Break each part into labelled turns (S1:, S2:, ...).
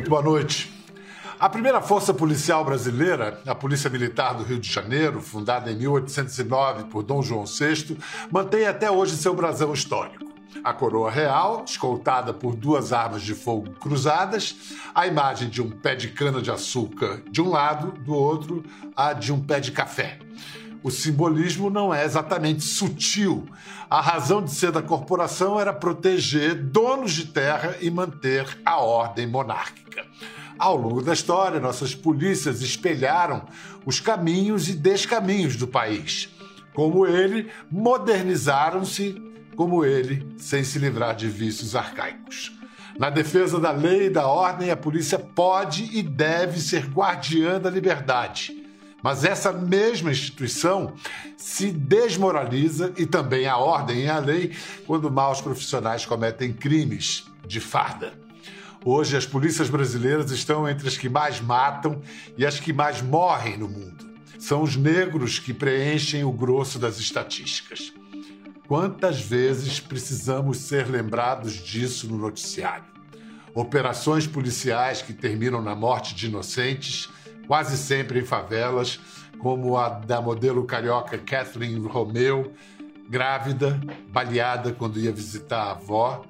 S1: Muito boa noite. A primeira força policial brasileira, a Polícia Militar do Rio de Janeiro, fundada em 1809 por Dom João VI, mantém até hoje seu brasão histórico. A coroa real, escoltada por duas armas de fogo cruzadas, a imagem de um pé de cana-de-açúcar de um lado, do outro, a de um pé de café. O simbolismo não é exatamente sutil. A razão de ser da corporação era proteger donos de terra e manter a ordem monárquica. Ao longo da história, nossas polícias espelharam os caminhos e descaminhos do país. Como ele, modernizaram-se, como ele, sem se livrar de vícios arcaicos. Na defesa da lei e da ordem, a polícia pode e deve ser guardiã da liberdade. Mas essa mesma instituição se desmoraliza, e também a ordem e a lei, quando maus profissionais cometem crimes de farda. Hoje, as polícias brasileiras estão entre as que mais matam e as que mais morrem no mundo. São os negros que preenchem o grosso das estatísticas. Quantas vezes precisamos ser lembrados disso no noticiário? Operações policiais que terminam na morte de inocentes, quase sempre em favelas, como a da modelo carioca Kathleen Romeu, grávida, baleada quando ia visitar a avó,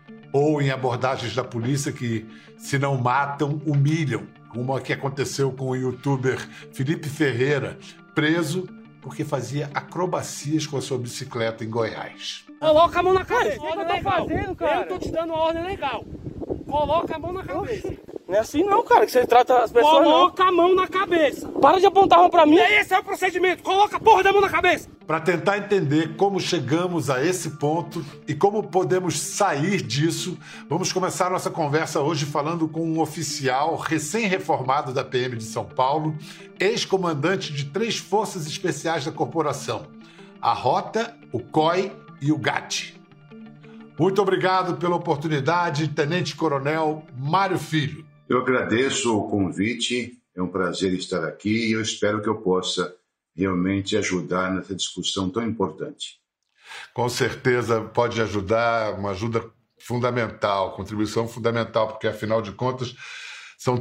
S1: ou em abordagens da polícia que, se não matam, humilham, como a que aconteceu com o youtuber Felipe Ferreira, preso porque fazia acrobacias com a sua bicicleta em Goiás.
S2: Coloca a mão na cabeça. O que eu tô fazendo, cara? Eu tô te dando uma ordem legal. Coloca a mão na cabeça.
S3: Não é assim não, cara, que você trata as pessoas.
S2: Coloca a mão na cabeça.
S3: Para de apontar a mão pra mim.
S2: Esse é o procedimento. Coloca a porra da mão na cabeça.
S1: Para tentar entender como chegamos a esse ponto e como podemos sair disso, vamos começar nossa conversa hoje falando com um oficial recém-reformado da PM de São Paulo, ex-comandante de 3 forças especiais da corporação: a Rota, o COI e o GAT. Muito obrigado pela oportunidade, Tenente Coronel Mário Filho.
S4: Eu agradeço o convite, é um prazer estar aqui e eu espero que eu possa realmente ajudar nessa discussão tão importante.
S1: Com certeza pode ajudar, uma ajuda fundamental, contribuição fundamental, porque afinal de contas são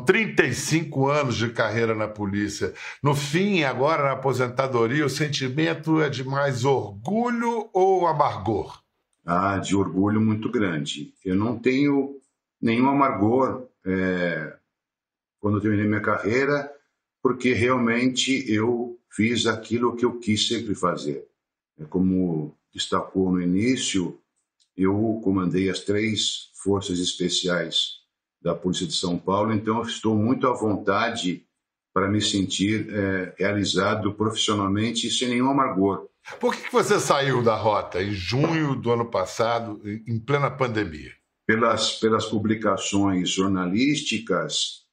S1: 35 anos de carreira na polícia. No fim, agora na aposentadoria, o sentimento é de mais orgulho ou amargor?
S4: De orgulho muito grande. Eu não tenho nenhum amargor quando eu terminei minha carreira, porque realmente eu fiz aquilo que eu quis sempre fazer. Como destacou no início, eu comandei as 3 forças especiais da Polícia de São Paulo, então eu estou muito à vontade para me sentir realizado profissionalmente e sem nenhum amargor.
S1: Por que você saiu da Rota em junho do ano passado, em plena pandemia?
S4: Pelas publicações jornalísticas,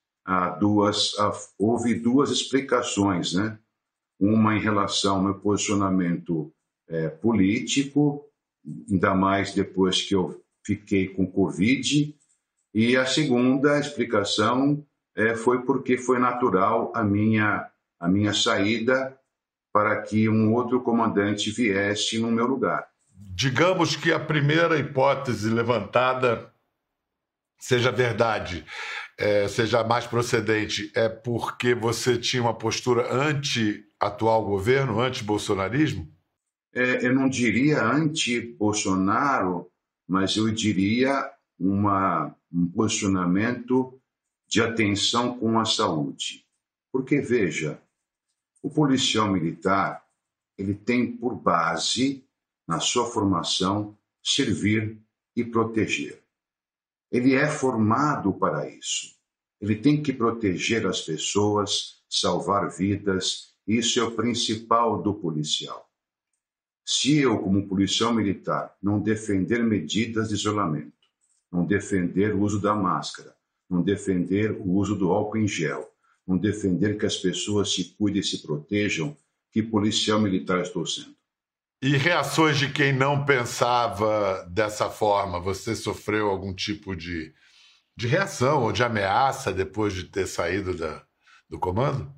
S4: houve 2 explicações, né? Uma em relação ao meu posicionamento político, ainda mais depois que eu fiquei com Covid, e a segunda explicação foi porque foi natural a minha saída para que um outro comandante viesse no meu lugar.
S1: Digamos que a primeira hipótese levantada seja verdade, seja mais procedente, é porque você tinha uma postura anti-atual governo, anti-bolsonarismo?
S4: Eu não diria anti-Bolsonaro, mas eu diria um posicionamento de atenção com a saúde. Porque, veja, o policial militar, ele tem por base, na sua formação, servir e proteger. Ele é formado para isso. Ele tem que proteger as pessoas, salvar vidas. Isso é o principal do policial. Se eu, como policial militar, não defender medidas de isolamento, não defender o uso da máscara, não defender o uso do álcool em gel, não defender que as pessoas se cuidem e se protejam, que policial militar estou sendo?
S1: E reações de quem não pensava dessa forma? Você sofreu algum tipo de reação ou de ameaça depois de ter saído do comando?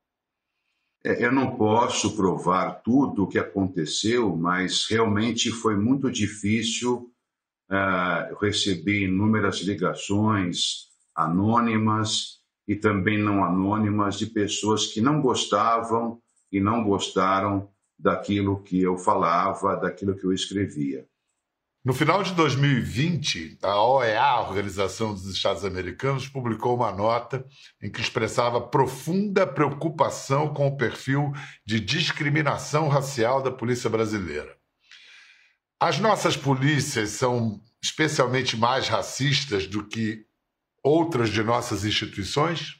S4: Eu não posso provar tudo o que aconteceu, mas realmente foi muito difícil. Eu recebi inúmeras ligações, anônimas e também não anônimas, de pessoas que não gostavam e não gostaram daquilo que eu falava, daquilo que eu escrevia.
S1: No final de 2020, a OEA, a Organização dos Estados Americanos, publicou uma nota em que expressava profunda preocupação com o perfil de discriminação racial da polícia brasileira. As nossas polícias são especialmente mais racistas do que outras de nossas instituições?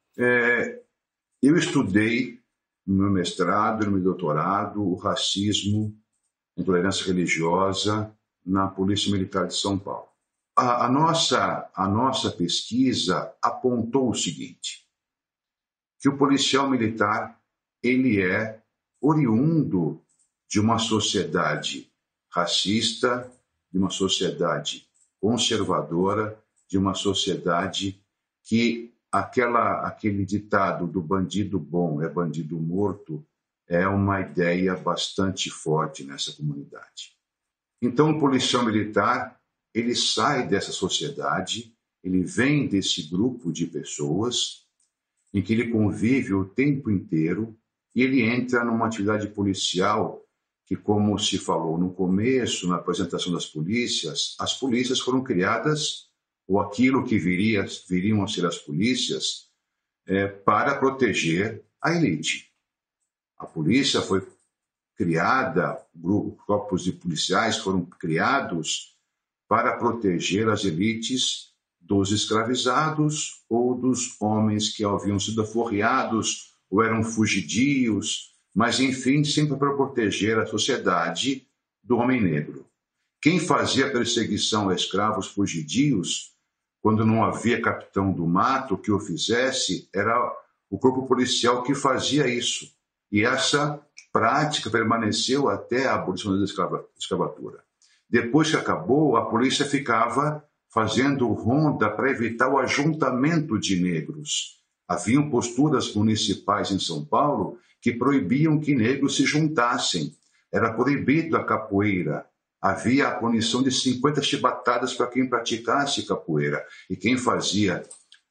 S4: Eu estudei no meu mestrado, no meu doutorado, o racismo, a intolerância religiosa na Polícia Militar de São Paulo. A nossa pesquisa apontou o seguinte, que o policial militar ele é oriundo de uma sociedade racista, de uma sociedade conservadora, de uma sociedade que aquele ditado do bandido bom é bandido morto é uma ideia bastante forte nessa comunidade. Então, o policial militar, ele sai dessa sociedade, ele vem desse grupo de pessoas em que ele convive o tempo inteiro e ele entra numa atividade policial que, como se falou no começo, na apresentação das polícias, as polícias foram criadas, ou aquilo que viriam a ser as polícias, para proteger a elite. A polícia foi criada, corpos de policiais foram criados para proteger as elites dos escravizados ou dos homens que haviam sido aforreados ou eram fugidios, mas, enfim, sempre para proteger a sociedade do homem negro. Quem fazia perseguição a escravos fugidios, quando não havia capitão do mato que o fizesse, era o corpo policial que fazia isso. E essa prática permaneceu até a abolição da escravatura. Depois que acabou, a polícia ficava fazendo ronda para evitar o ajuntamento de negros. Haviam posturas municipais em São Paulo que proibiam que negros se juntassem. Era proibido a capoeira. Havia a punição de 50 chibatadas para quem praticasse capoeira. E quem fazia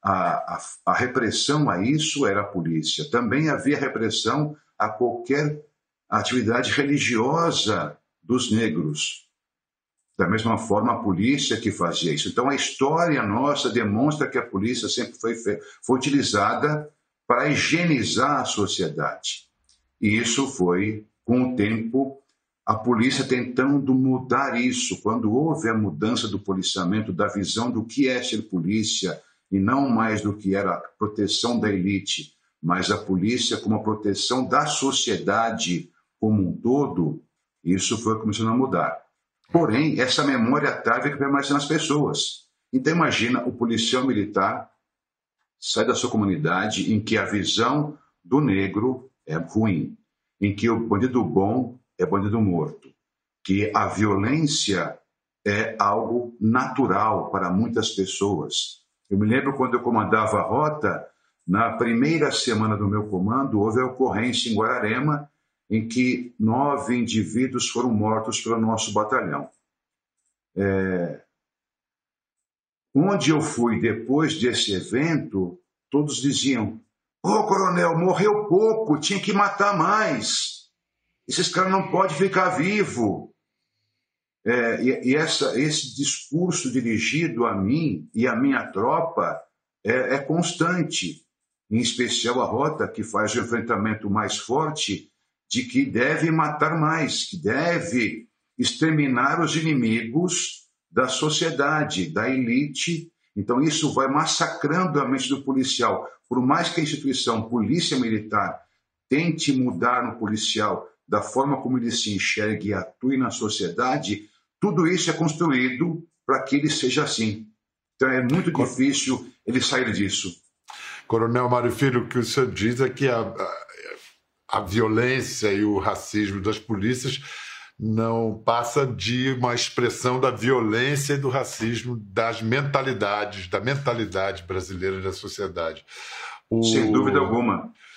S4: a repressão a isso era a polícia. Também havia repressão a qualquer atividade religiosa dos negros. Da mesma forma, a polícia que fazia isso. Então, a história nossa demonstra que a polícia sempre foi utilizada para higienizar a sociedade. E isso foi, com o tempo, a polícia tentando mudar isso. Quando houve a mudança do policiamento, da visão do que é ser polícia, e não mais do que era a proteção da elite, mas a polícia como a proteção da sociedade como um todo, isso foi começando a mudar. Porém, essa memória atávica permanece nas pessoas. Então, imagina, o policial militar sai da sua comunidade em que a visão do negro é ruim, em que o bandido bom é bandido morto, que a violência é algo natural para muitas pessoas. Eu me lembro quando eu comandava a rota, na primeira semana do meu comando, houve a ocorrência em Guararema, em que 9 indivíduos foram mortos pelo nosso batalhão. Onde eu fui depois desse evento, todos diziam: "Ô, coronel, morreu pouco, tinha que matar mais. Esses caras não podem ficar vivos." Esse discurso dirigido a mim e à minha tropa é constante, em especial a rota que faz o enfrentamento mais forte de que deve matar mais, que deve exterminar os inimigos da sociedade, da elite. Então isso vai massacrando a mente do policial. Por mais que a instituição polícia militar tente mudar no policial da forma como ele se enxerga e atue na sociedade, tudo isso é construído para que ele seja assim. Então é muito difícil ele sair disso.
S1: Coronel Mário Filho, o que o senhor diz é que a violência e o racismo das polícias não passa de uma expressão da violência e do racismo da mentalidade brasileira e da sociedade.
S4: Sem dúvida alguma.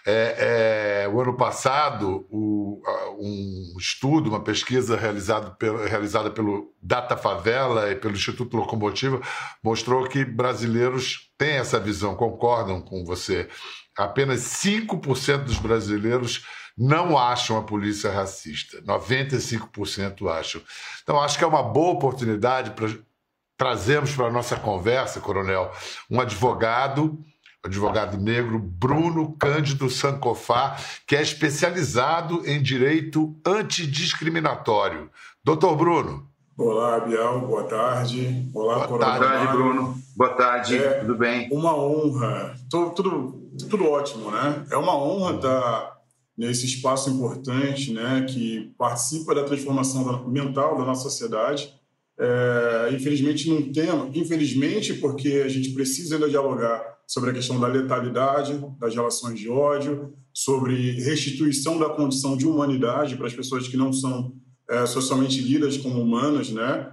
S1: O ano passado, um estudo, uma pesquisa realizada pelo Data Favela e pelo Instituto Locomotiva mostrou que brasileiros têm essa visão, concordam com você. Apenas 5% dos brasileiros não acham a polícia racista, 95% acham. Então, acho que é uma boa oportunidade para trazermos para a nossa conversa, Coronel, um advogado negro, Bruno Cândido Sancofá, que é especializado em direito antidiscriminatório. Doutor Bruno.
S5: Olá, Bial, boa tarde. Olá,
S4: Coronel. Boa tarde, Bruno. Boa tarde, tudo bem?
S5: Uma honra, tudo ótimo, né? É uma honra estar nesse espaço importante, né, que participa da transformação mental da nossa sociedade. Infelizmente, num tema, porque a gente precisa ainda dialogar sobre a questão da letalidade, das relações de ódio, sobre restituição da condição de humanidade para as pessoas que não são socialmente lidas como humanas, né?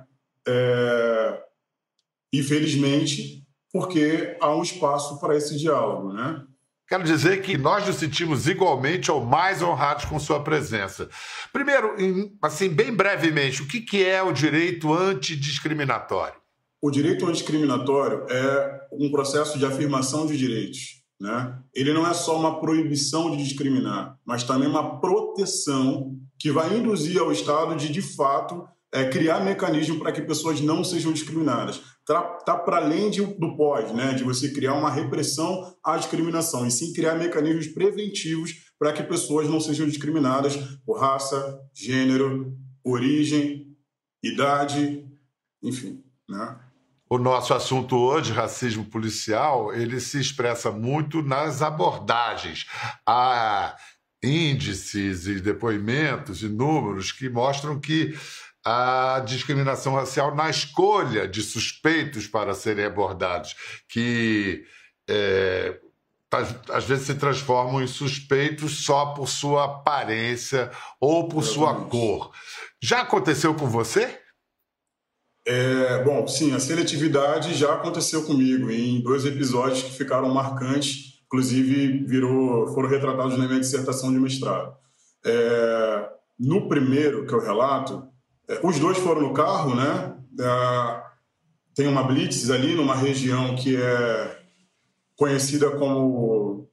S5: Infelizmente, porque há um espaço para esse diálogo, né?
S1: Quero dizer que nós nos sentimos igualmente ou mais honrados com sua presença. Primeiro, assim, bem brevemente, o que é o direito antidiscriminatório?
S5: O direito antidiscriminatório é um processo de afirmação de direitos, né? Ele não é só uma proibição de discriminar, mas também uma proteção que vai induzir ao Estado de fato, criar mecanismos para que pessoas não sejam discriminadas. Está para além do pós, né? De você criar uma repressão à discriminação, e sim criar mecanismos preventivos para que pessoas não sejam discriminadas por raça, gênero, origem, idade, enfim, né?
S1: O nosso assunto hoje, racismo policial, ele se expressa muito nas abordagens. Há índices e depoimentos e números que mostram que a discriminação racial na escolha de suspeitos para serem abordados, que às vezes se transformam em suspeitos só por sua aparência ou por sua cor. Já aconteceu com você?
S5: Bom, sim, a seletividade já aconteceu comigo em 2 episódios que ficaram marcantes, inclusive foram retratados na minha dissertação de mestrado. No primeiro que eu relato, os 2 foram no carro, né? Tem uma blitz ali numa região que é conhecida como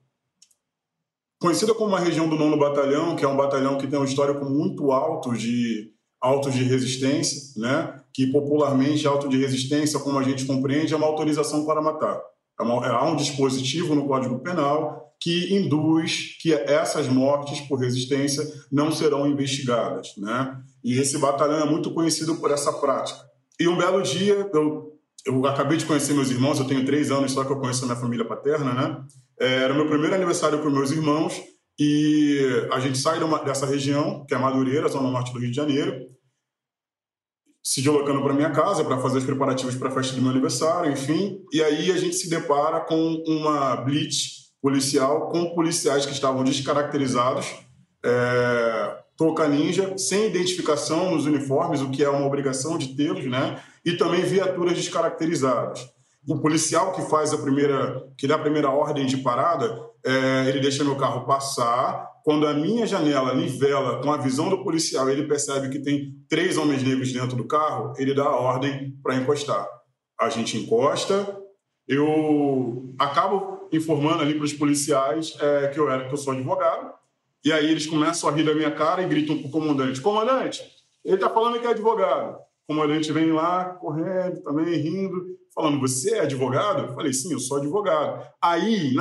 S5: uma região do 9º Batalhão, que é um batalhão que tem um histórico muito alto de resistência, né? Que popularmente auto de resistência, como a gente compreende, é uma autorização para matar. Há um dispositivo no Código Penal que induz que essas mortes por resistência não serão investigadas, né? E esse batalhão é muito conhecido por essa prática. E um belo dia, eu acabei de conhecer meus irmãos, eu tenho 3 anos só que eu conheço a minha família paterna, né? Era o meu primeiro aniversário com meus irmãos e a gente sai dessa região, que é Madureira, zona norte do Rio de Janeiro, se deslocando para minha casa para fazer os preparativos para a festa do meu aniversário, enfim. E aí a gente se depara com uma blitz policial com policiais que estavam descaracterizados, touca ninja, sem identificação nos uniformes, o que é uma obrigação de tê-los, né? E também viaturas descaracterizadas. O policial que dá a primeira ordem de parada, ele deixa meu carro passar. Quando a minha janela nivela com a visão do policial, ele percebe que tem 3 homens negros dentro do carro, ele dá a ordem para encostar. A gente encosta, eu acabo informando ali para os policiais que eu sou advogado, e aí eles começam a rir da minha cara e gritam para o comandante: comandante, ele está falando que é advogado. O comandante vem lá, correndo, também rindo, falando: você é advogado? Eu falei: sim, eu sou advogado. Aí,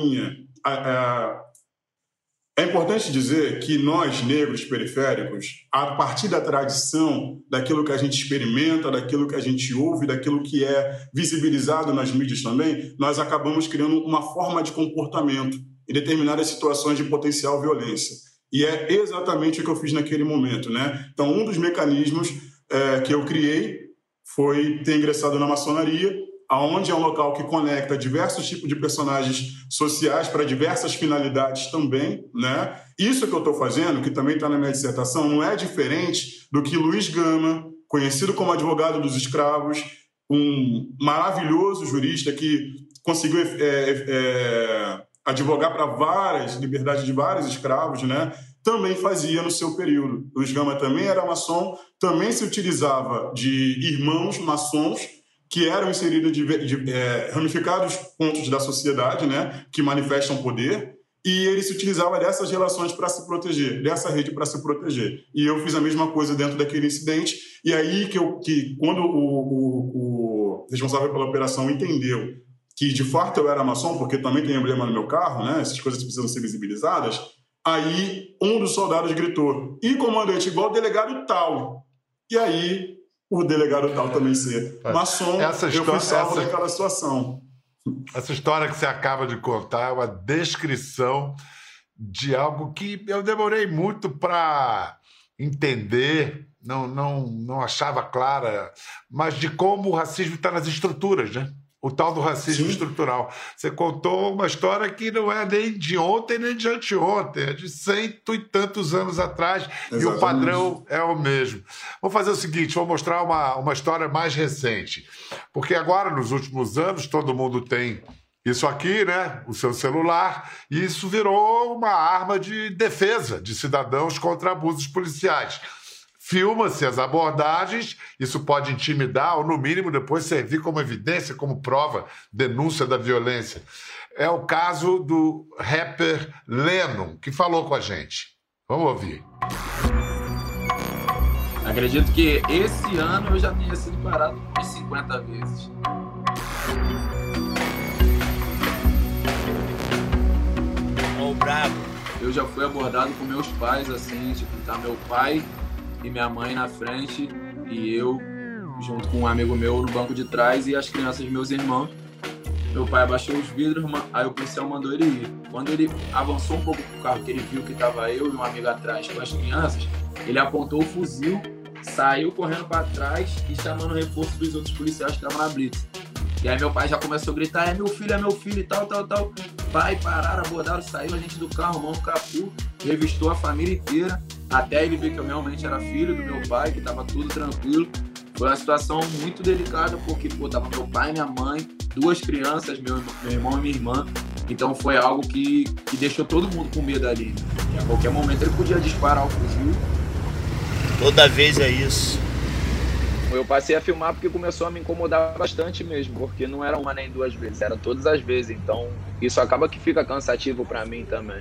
S5: é importante dizer que nós, negros periféricos, a partir da tradição, daquilo que a gente experimenta, daquilo que a gente ouve, daquilo que é visibilizado nas mídias também, nós acabamos criando uma forma de comportamento em determinadas situações de potencial violência. E é exatamente o que eu fiz naquele momento, né? Então, um dos mecanismos que eu criei foi ter ingressado na maçonaria, onde é um local que conecta diversos tipos de personagens sociais para diversas finalidades também, né? Isso que eu estou fazendo, que também está na minha dissertação, não é diferente do que Luiz Gama, conhecido como advogado dos escravos, um maravilhoso jurista que conseguiu advogar para várias liberdades de vários escravos, né, também fazia no seu período. Luiz Gama também era maçom, também se utilizava de irmãos maçons que eram inseridos de ramificados pontos da sociedade, né, que manifestam poder, e ele se utilizava dessas relações para se proteger, dessa rede para se proteger. E eu fiz a mesma coisa dentro daquele incidente, e aí que quando o responsável pela operação entendeu que de fato eu era maçom, porque também tem emblema no meu carro, né, essas coisas precisam ser visibilizadas, aí um dos soldados gritou: "E comandante, igual o delegado tal". E aí o delegado tal também ser maçom, eu fui salvo daquela situação.
S1: Essa história que você acaba de contar é uma descrição de algo que eu demorei muito para entender, não achava clara, mas de como o racismo está nas estruturas, né? O tal do racismo estrutural. Você contou uma história que não é nem de ontem nem de anteontem, é de 100 e tantos anos atrás. Exatamente. E o padrão é o mesmo. Vou fazer o seguinte, vou mostrar uma história mais recente. Porque agora, nos últimos anos, todo mundo tem isso aqui, né? O seu celular, e isso virou uma arma de defesa de cidadãos contra abusos policiais. Filma-se as abordagens, isso pode intimidar ou, no mínimo, depois servir como evidência, como prova, denúncia da violência. É o caso do rapper Lennon, que falou com a gente. Vamos ouvir.
S6: Acredito que esse ano eu já tenha sido parado umas 50 vezes.
S7: Ô, bravo.
S6: Eu já fui abordado com meus pais, assim, tipo, tá meu pai e minha mãe na frente e eu junto com um amigo meu no banco de trás e as crianças, meus irmãos. Meu pai abaixou os vidros, aí o policial mandou ele ir. Quando ele avançou um pouco pro carro, que ele viu que tava eu e um amigo atrás com as crianças, ele apontou o fuzil, saiu correndo para trás e chamando o reforço dos outros policiais que estavam na blitz. E aí meu pai já começou a gritar: é meu filho e tal. Pai, pararam, abordaram, saiu a gente do carro, mão no capô, revistou a família inteira, até ele ver que eu realmente era filho do meu pai, que tava tudo tranquilo. Foi uma situação muito delicada, porque, tava meu pai e minha mãe, 2 crianças, meu irmão e minha irmã. Então foi algo que deixou todo mundo com medo ali. E a qualquer momento ele podia disparar o fuzil.
S7: Toda vez é isso.
S6: Eu passei a filmar porque começou a me incomodar bastante mesmo, porque não era uma nem 2 vezes, era todas as vezes. Então isso acaba que fica cansativo pra mim também.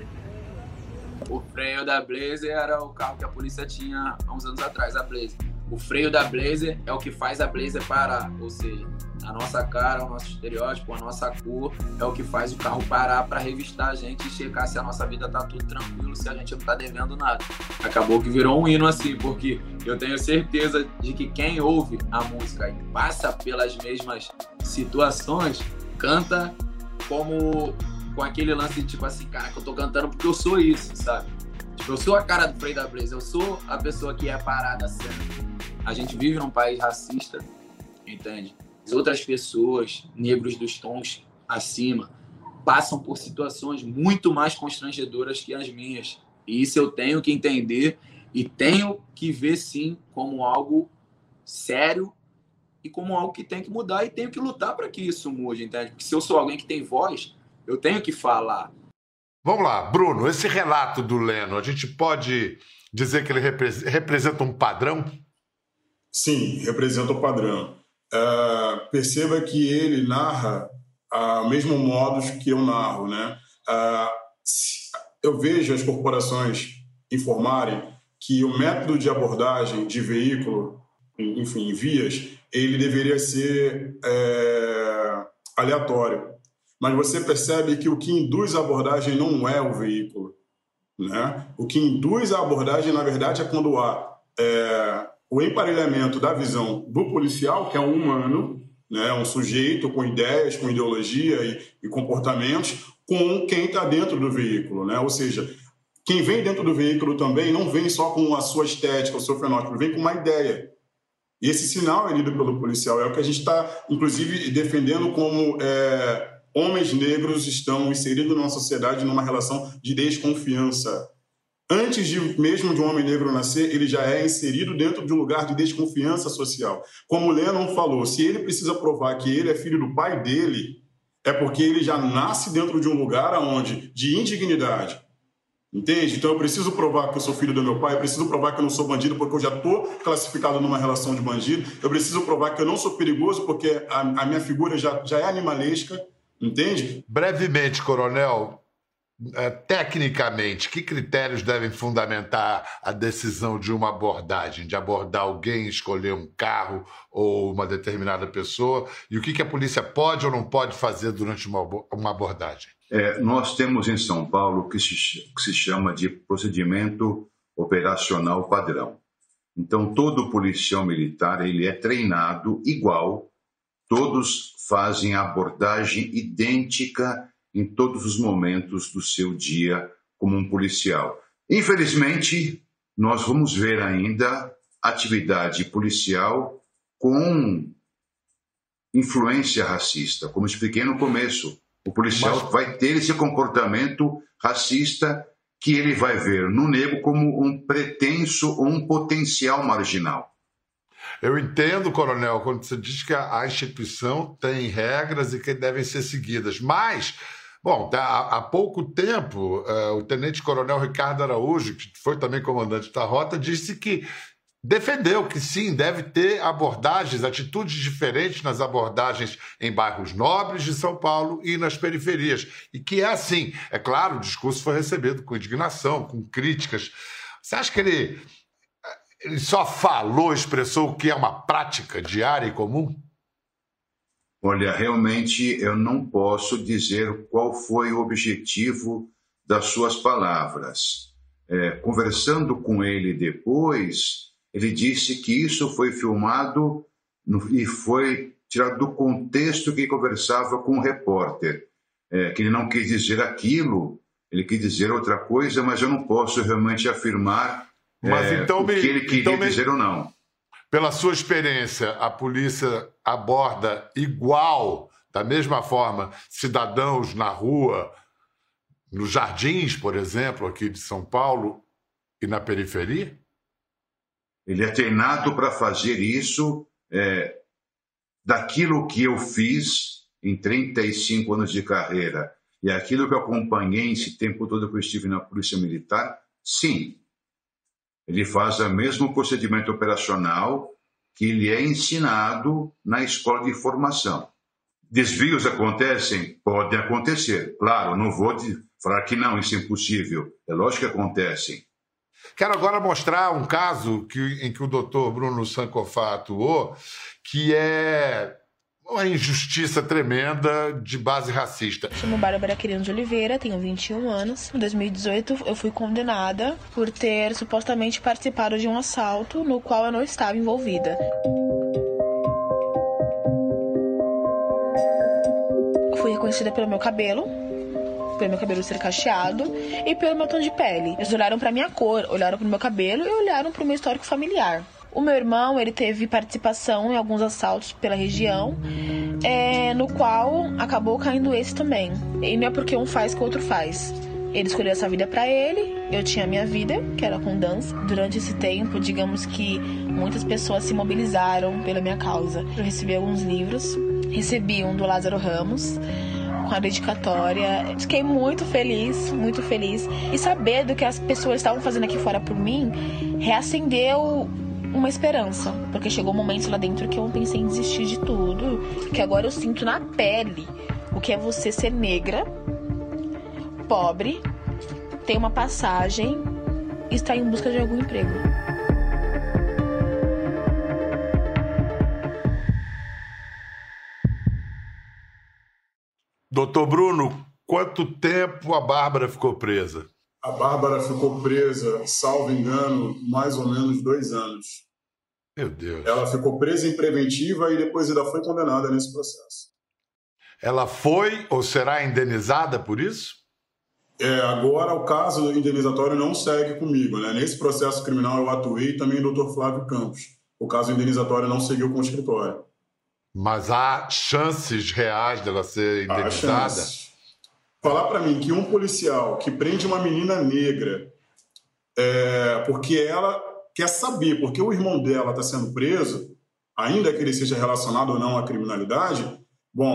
S6: O freio da Blazer era o carro que a polícia tinha há uns anos atrás, a Blazer. O freio da Blazer é o que faz a Blazer parar, ou seja, a nossa cara, o nosso estereótipo, a nossa cor é o que faz o carro parar para revistar a gente e checar se a nossa vida tá tudo tranquilo, se a gente não tá devendo nada. Acabou que virou um hino assim, porque eu tenho certeza de que quem ouve a música e passa pelas mesmas situações, canta com aquele lance de tipo assim, cara, que eu tô cantando porque eu sou isso, sabe? Tipo, eu sou a cara do freio da Blazer, eu sou a pessoa que é parada sempre. A gente vive num país racista, entende? As outras pessoas, negros dos tons acima, passam por situações muito mais constrangedoras que as minhas. E isso eu tenho que entender e tenho que ver, sim, como algo sério e como algo que tem que mudar e tenho que lutar para que isso mude, entende? Porque se eu sou alguém que tem voz, eu tenho que falar.
S1: Vamos lá, Bruno, esse relato do Lennon, a gente pode dizer que ele representa um padrão?
S5: Sim, representa um padrão. Perceba que ele narra mesmo modos que eu narro, né? Eu vejo as corporações informarem que o método de abordagem de veículo, enfim, vias, ele deveria ser aleatório. Mas você percebe que o que induz a abordagem não é o veículo, né? O que induz a abordagem, na verdade, é quando há o emparelhamento da visão do policial, que é um humano, né? Um sujeito com ideias, com ideologia e comportamentos, com quem está dentro do veículo, né? Ou seja, quem vem dentro do veículo também não vem só com a sua estética, o seu fenótipo, vem com uma ideia. E esse sinal é lido pelo policial, é o que a gente está, inclusive, defendendo como homens negros estão inseridos numa sociedade numa relação de desconfiança. Antes mesmo de um homem negro nascer, ele já é inserido dentro de um lugar de desconfiança social. Como o Lennon falou, se ele precisa provar que ele é filho do pai dele, é porque ele já nasce dentro de um lugar de indignidade. Entende? Então eu preciso provar que eu sou filho do meu pai, eu preciso provar que eu não sou bandido porque eu já estou classificado numa relação de bandido, eu preciso provar que eu não sou perigoso porque a minha figura já é animalesca, entende?
S1: Brevemente, coronel, tecnicamente, que critérios devem fundamentar a decisão de uma abordagem, de abordar alguém, escolher um carro ou uma determinada pessoa, e o que a polícia pode ou não pode fazer durante uma abordagem?
S4: Nós temos em São Paulo o que se chama de procedimento operacional padrão. Então, todo policial militar ele é treinado igual, todos fazem abordagem idêntica em todos os momentos do seu dia como um policial. Infelizmente, nós vamos ver ainda atividade policial com influência racista, como expliquei no começo. O policial vai ter esse comportamento racista que ele vai ver no negro como um pretenso ou um potencial marginal.
S1: Eu entendo, coronel, quando você diz que a instituição tem regras e que devem ser seguidas, mas, bom, há pouco tempo, o tenente-coronel Ricardo Araújo, que foi também comandante da rota, disse que defendeu que sim, deve ter abordagens, atitudes diferentes nas abordagens em bairros nobres de São Paulo e nas periferias. E que é assim. É claro, o discurso foi recebido com indignação, com críticas. Você acha que ele só falou, expressou o que é uma prática diária e comum?
S4: Olha, realmente eu não posso dizer qual foi o objetivo das suas palavras. Conversando com ele depois, ele disse que isso foi filmado e foi tirado do contexto que conversava com o repórter. Que ele não quis dizer aquilo, ele quis dizer outra coisa, mas eu não posso realmente afirmar o que ele queria dizer ou não.
S1: Pela sua experiência, a polícia aborda igual, da mesma forma, cidadãos na rua, nos jardins, por exemplo, aqui de São Paulo, e na periferia?
S4: Ele é treinado para fazer isso daquilo que eu fiz em 35 anos de carreira e aquilo que eu acompanhei esse tempo todo que eu estive na Polícia Militar, sim. Ele faz o mesmo procedimento operacional que ele é ensinado na escola de formação. Desvios acontecem? Podem acontecer. Claro, não vou falar que não, isso é impossível. É lógico que acontecem.
S1: Quero agora mostrar um caso em que o doutor Bruno Sankofa atuou, que é uma injustiça tremenda de base racista.
S8: Chamo Bárbara Quirino de Oliveira, tenho 21 anos. Em 2018, eu fui condenada por ter supostamente participado de um assalto no qual eu não estava envolvida. Fui reconhecida pelo meu cabelo ser cacheado e pelo meu tom de pele. Eles olharam pra minha cor, olharam pro meu cabelo e olharam pro meu histórico familiar. O meu irmão, ele teve participação em alguns assaltos pela região, no qual acabou caindo esse também. E não é porque um faz que o outro faz. Ele escolheu essa vida pra ele, eu tinha a minha vida, que era com dança. Durante esse tempo, digamos que muitas pessoas se mobilizaram pela minha causa. Eu recebi alguns livros, recebi um do Lázaro Ramos, com a dedicatória. Fiquei muito feliz. E saber do que as pessoas estavam fazendo aqui fora por mim reacendeu uma esperança. Porque chegou um momento lá dentro que eu pensei em desistir de tudo. Que agora eu sinto na pele o que é você ser negra, pobre, ter uma passagem e estar em busca de algum emprego.
S1: Doutor Bruno, quanto tempo a Bárbara ficou presa?
S5: A Bárbara ficou presa, salvo engano, mais ou menos 2 anos.
S1: Meu Deus.
S5: Ela ficou presa em preventiva e depois ainda foi condenada nesse processo. Ela
S1: foi ou será indenizada por isso?
S5: Agora o caso indenizatório não segue comigo, né? Nesse processo criminal eu atuei também o Dr. Flávio Campos. O caso indenizatório não seguiu com o escritório.
S1: Mas há chances reais dela ser indenizada?
S5: Falar para mim que um policial que prende uma menina negra porque ela quer saber porque o irmão dela está sendo preso, ainda que ele seja relacionado ou não à criminalidade, bom,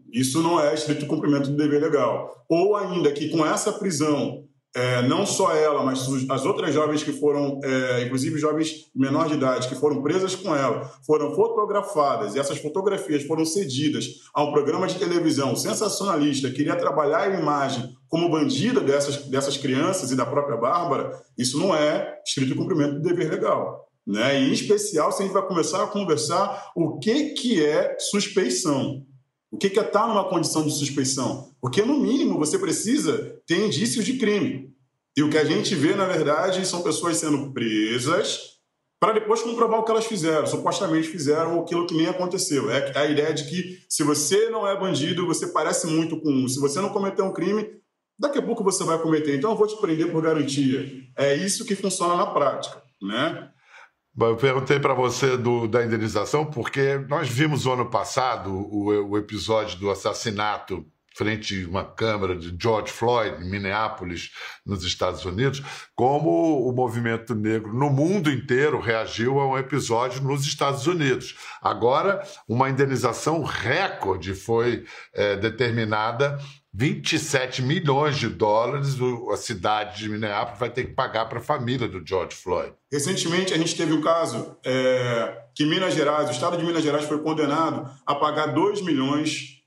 S5: Isso não é estrito cumprimento do dever legal. Ou ainda que com essa prisão, não só ela, mas as outras jovens que foram, inclusive jovens menores de idade, que foram presas com ela, foram fotografadas, e essas fotografias foram cedidas a um programa de televisão sensacionalista, que iria trabalhar a imagem como bandida dessas crianças e da própria Bárbara, isso não é estrito cumprimento do dever legal. Né? E, em especial, se a gente vai começar a conversar o que é suspeição. O que é estar numa condição de suspeição? Porque, no mínimo, você precisa ter indícios de crime. E o que a gente vê, na verdade, são pessoas sendo presas para depois comprovar o que elas fizeram. Supostamente fizeram aquilo que nem aconteceu. É a ideia de que, se você não é bandido, você parece muito com um. Se você não cometeu um crime, daqui a pouco você vai cometer. Então, eu vou te prender por garantia. É isso que funciona na prática, né?
S1: Eu perguntei para você da indenização porque nós vimos o ano passado o episódio do assassinato frente a uma câmara de George Floyd, em Minneapolis, nos Estados Unidos, como o movimento negro no mundo inteiro reagiu a um episódio nos Estados Unidos. Agora, uma indenização recorde foi determinada, 27 milhões de dólares, a cidade de Minneapolis vai ter que pagar para a família do George Floyd.
S5: Recentemente, a gente teve um caso que Minas Gerais, o estado de Minas Gerais foi condenado a pagar 2 milhões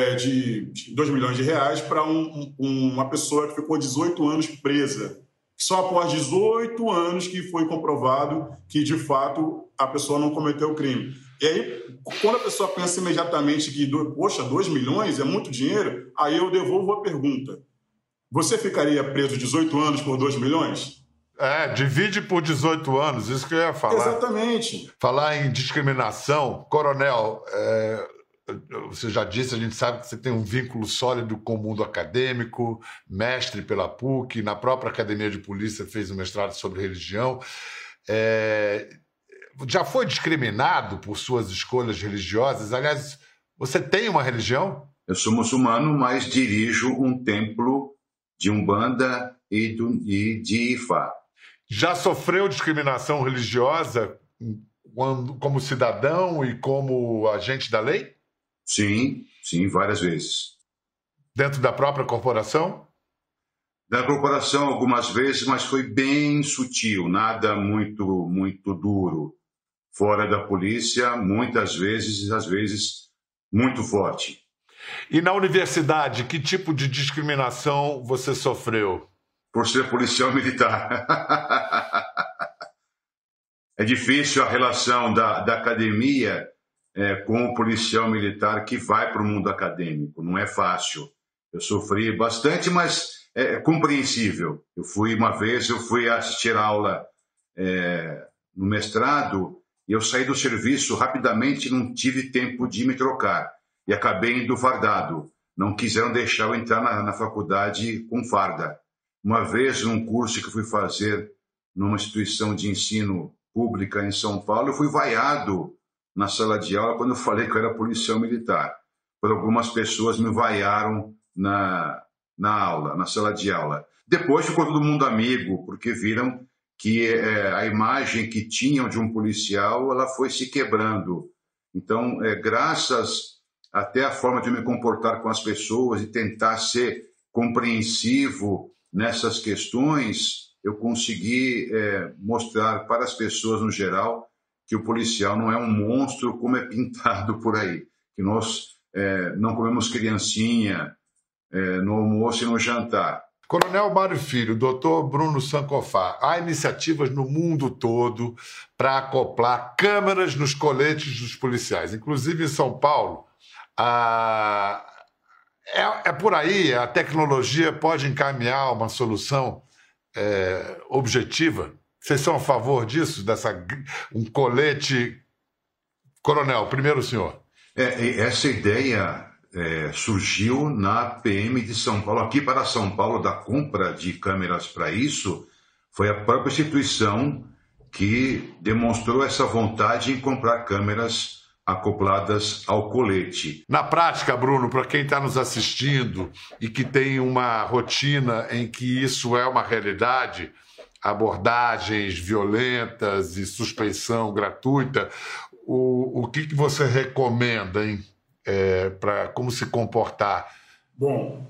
S5: de reais para uma pessoa que ficou 18 anos presa. Só após 18 anos que foi comprovado que, de fato, a pessoa não cometeu o crime. E aí, quando a pessoa pensa imediatamente que, 2 milhões é muito dinheiro, aí eu devolvo a pergunta. Você ficaria preso 18 anos por 2 milhões?
S1: Divide por 18 anos, isso que eu ia falar.
S5: Exatamente.
S1: Falar em discriminação, Coronel, você já disse, a gente sabe que você tem um vínculo sólido com o mundo acadêmico, mestre pela PUC, na própria Academia de Polícia fez um mestrado sobre religião. Já foi discriminado por suas escolhas religiosas? Aliás, você tem uma religião?
S4: Eu sou muçulmano, mas dirijo um templo de Umbanda e de Ifá.
S1: Já sofreu discriminação religiosa como cidadão e como agente da lei?
S4: Sim, várias vezes.
S1: Dentro da própria corporação?
S4: Da corporação algumas vezes, mas foi bem sutil, nada muito, muito duro. Fora da polícia, muitas vezes, às vezes, muito forte.
S1: E na universidade, que tipo de discriminação você sofreu?
S4: Por ser policial militar. É difícil a relação da academia com o policial militar que vai para o mundo acadêmico. Não é fácil. Eu sofri bastante, mas é compreensível. Uma vez eu fui assistir aula no mestrado e eu saí do serviço rapidamente, não tive tempo de me trocar. E acabei indo fardado. Não quiseram deixar eu entrar na faculdade com farda. Uma vez, num curso que eu fui fazer numa instituição de ensino pública em São Paulo, eu fui vaiado na sala de aula quando eu falei que eu era policial militar. Por algumas pessoas me vaiaram na aula, na sala de aula. Depois ficou todo mundo amigo, porque viram que a imagem que tinham de um policial ela foi se quebrando. Então, graças até à forma de me comportar com as pessoas e tentar ser compreensivo nessas questões, eu consegui mostrar para as pessoas no geral que o policial não é um monstro como é pintado por aí, que nós não comemos criancinha no almoço e no jantar.
S1: Coronel Mário Filho, doutor Bruno Sankofa, há iniciativas no mundo todo para acoplar câmeras nos coletes dos policiais, inclusive em São Paulo. É por aí, a tecnologia pode encaminhar uma solução objetiva? Vocês são a favor disso? Um colete... Coronel, primeiro o senhor.
S4: Essa ideia surgiu na PM de São Paulo. Aqui para São Paulo, da compra de câmeras para isso, foi a própria instituição que demonstrou essa vontade em comprar câmeras acopladas ao colete.
S1: Na prática, Bruno, para quem está nos assistindo e que tem uma rotina em que isso é uma realidade, abordagens violentas e suspeição gratuita, o que você recomenda, hein? para como se comportar?
S5: Bom,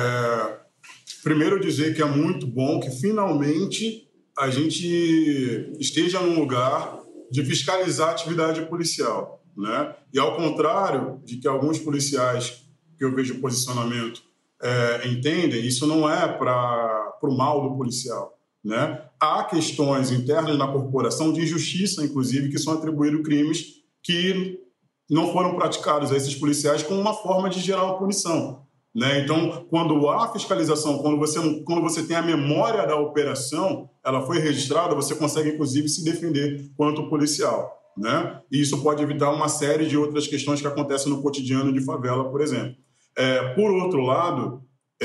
S5: primeiro dizer que é muito bom que finalmente a gente esteja num lugar de fiscalizar a atividade policial, né? E ao contrário de que alguns policiais que eu vejo posicionamento entendem, isso não é para o mal do policial, né? Há questões internas na corporação de injustiça, inclusive, que são atribuídos crimes que não foram praticados a esses policiais como uma forma de gerar uma punição, né? Então, quando há fiscalização, quando você tem a memória da operação, ela foi registrada, você consegue, inclusive, se defender quanto policial, né? E isso pode evitar uma série de outras questões que acontecem no cotidiano de favela, por exemplo. Por outro lado,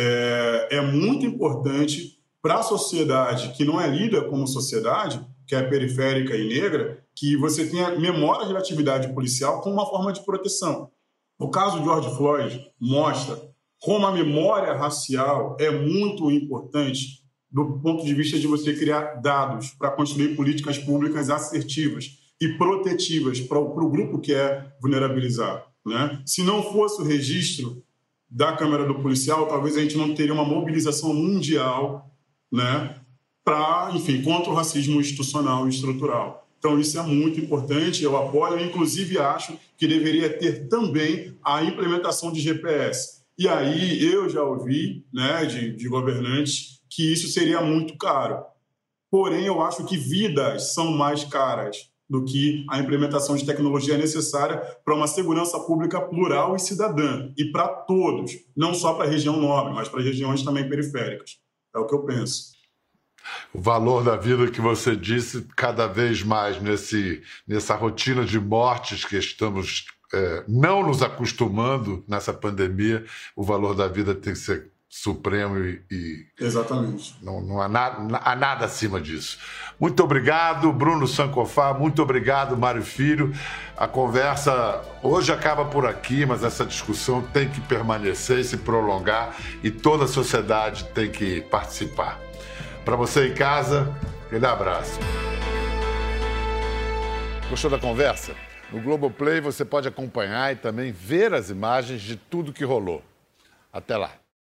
S5: é muito importante para a sociedade que não é lida como sociedade, que é periférica e negra, que você tenha memória de atividade policial como uma forma de proteção. O caso de George Floyd mostra como a memória racial é muito importante do ponto de vista de você criar dados para construir políticas públicas assertivas e protetivas para o grupo que é vulnerabilizado, né? Se não fosse o registro da Câmara do Policial, talvez a gente não teria uma mobilização mundial, né, contra o racismo institucional e estrutural. Então, isso é muito importante, eu apoio, inclusive acho que deveria ter também a implementação de GPS. E aí eu já ouvi, né, de governantes que isso seria muito caro. Porém, eu acho que vidas são mais caras do que a implementação de tecnologia necessária para uma segurança pública plural e cidadã, e para todos, não só para a região nobre, mas para regiões também periféricas. É o que eu penso.
S1: O valor da vida que você disse, cada vez mais nessa rotina de mortes que estamos não nos acostumando nessa pandemia, o valor da vida tem que ser supremo e
S5: exatamente.
S1: Não há nada acima disso. Muito obrigado, Bruno Sankofa, muito obrigado, Mário Filho. A conversa hoje acaba por aqui, mas essa discussão tem que permanecer e se prolongar e toda a sociedade tem que participar. Para você em casa, aquele abraço. Gostou da conversa? No Globoplay você pode acompanhar e também ver as imagens de tudo que rolou. Até lá.